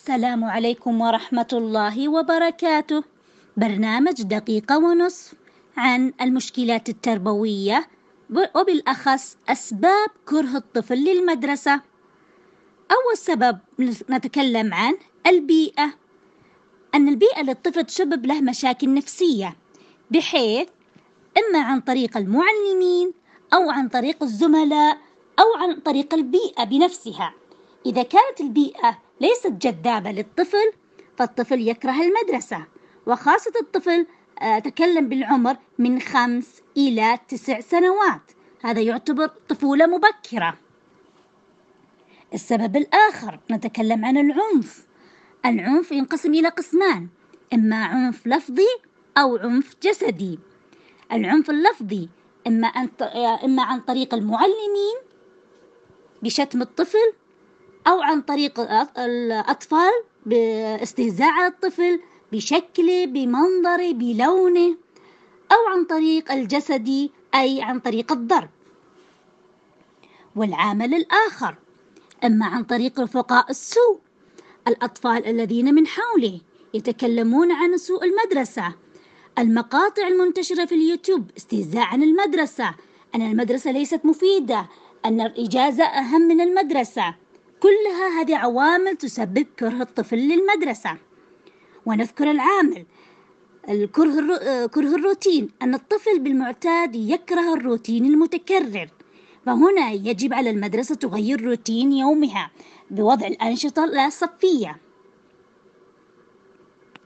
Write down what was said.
السلام عليكم ورحمة الله وبركاته. برنامج دقيقة ونصف عن المشكلات التربوية وبالأخص أسباب كره الطفل للمدرسة. أول سبب نتكلم عن البيئة، أن البيئة للطفل تسبب له مشاكل نفسية، بحيث إما عن طريق المعلمين أو عن طريق الزملاء أو عن طريق البيئة بنفسها. إذا كانت البيئة ليست جذابة للطفل فالطفل يكره المدرسة، وخاصة الطفل تكلم بالعمر من 5 إلى 9 سنوات، هذا يعتبر طفولة مبكرة. السبب الآخر نتكلم عن العنف. العنف ينقسم إلى قسمان، إما عنف لفظي أو عنف جسدي. العنف اللفظي إما عن طريق المعلمين بشتم الطفل، أو عن طريق الأطفال باستهزاء على الطفل بشكله، بمنظره، بلونه، أو عن طريق الجسدي أي عن طريق الضرب. والعامل الآخر إما عن طريق رفقاء السوء، الأطفال الذين من حوله يتكلمون عن سوء المدرسة، المقاطع المنتشرة في اليوتيوب استهزاء عن المدرسة، أن المدرسة ليست مفيدة، أن الإجازة أهم من المدرسة. كلها هذه عوامل تسبب كره الطفل للمدرسة. ونذكر العامل كره الروتين، أن الطفل بالمعتاد يكره الروتين المتكرر، فهنا يجب على المدرسة تغير روتين يومها بوضع الأنشطة الصفية.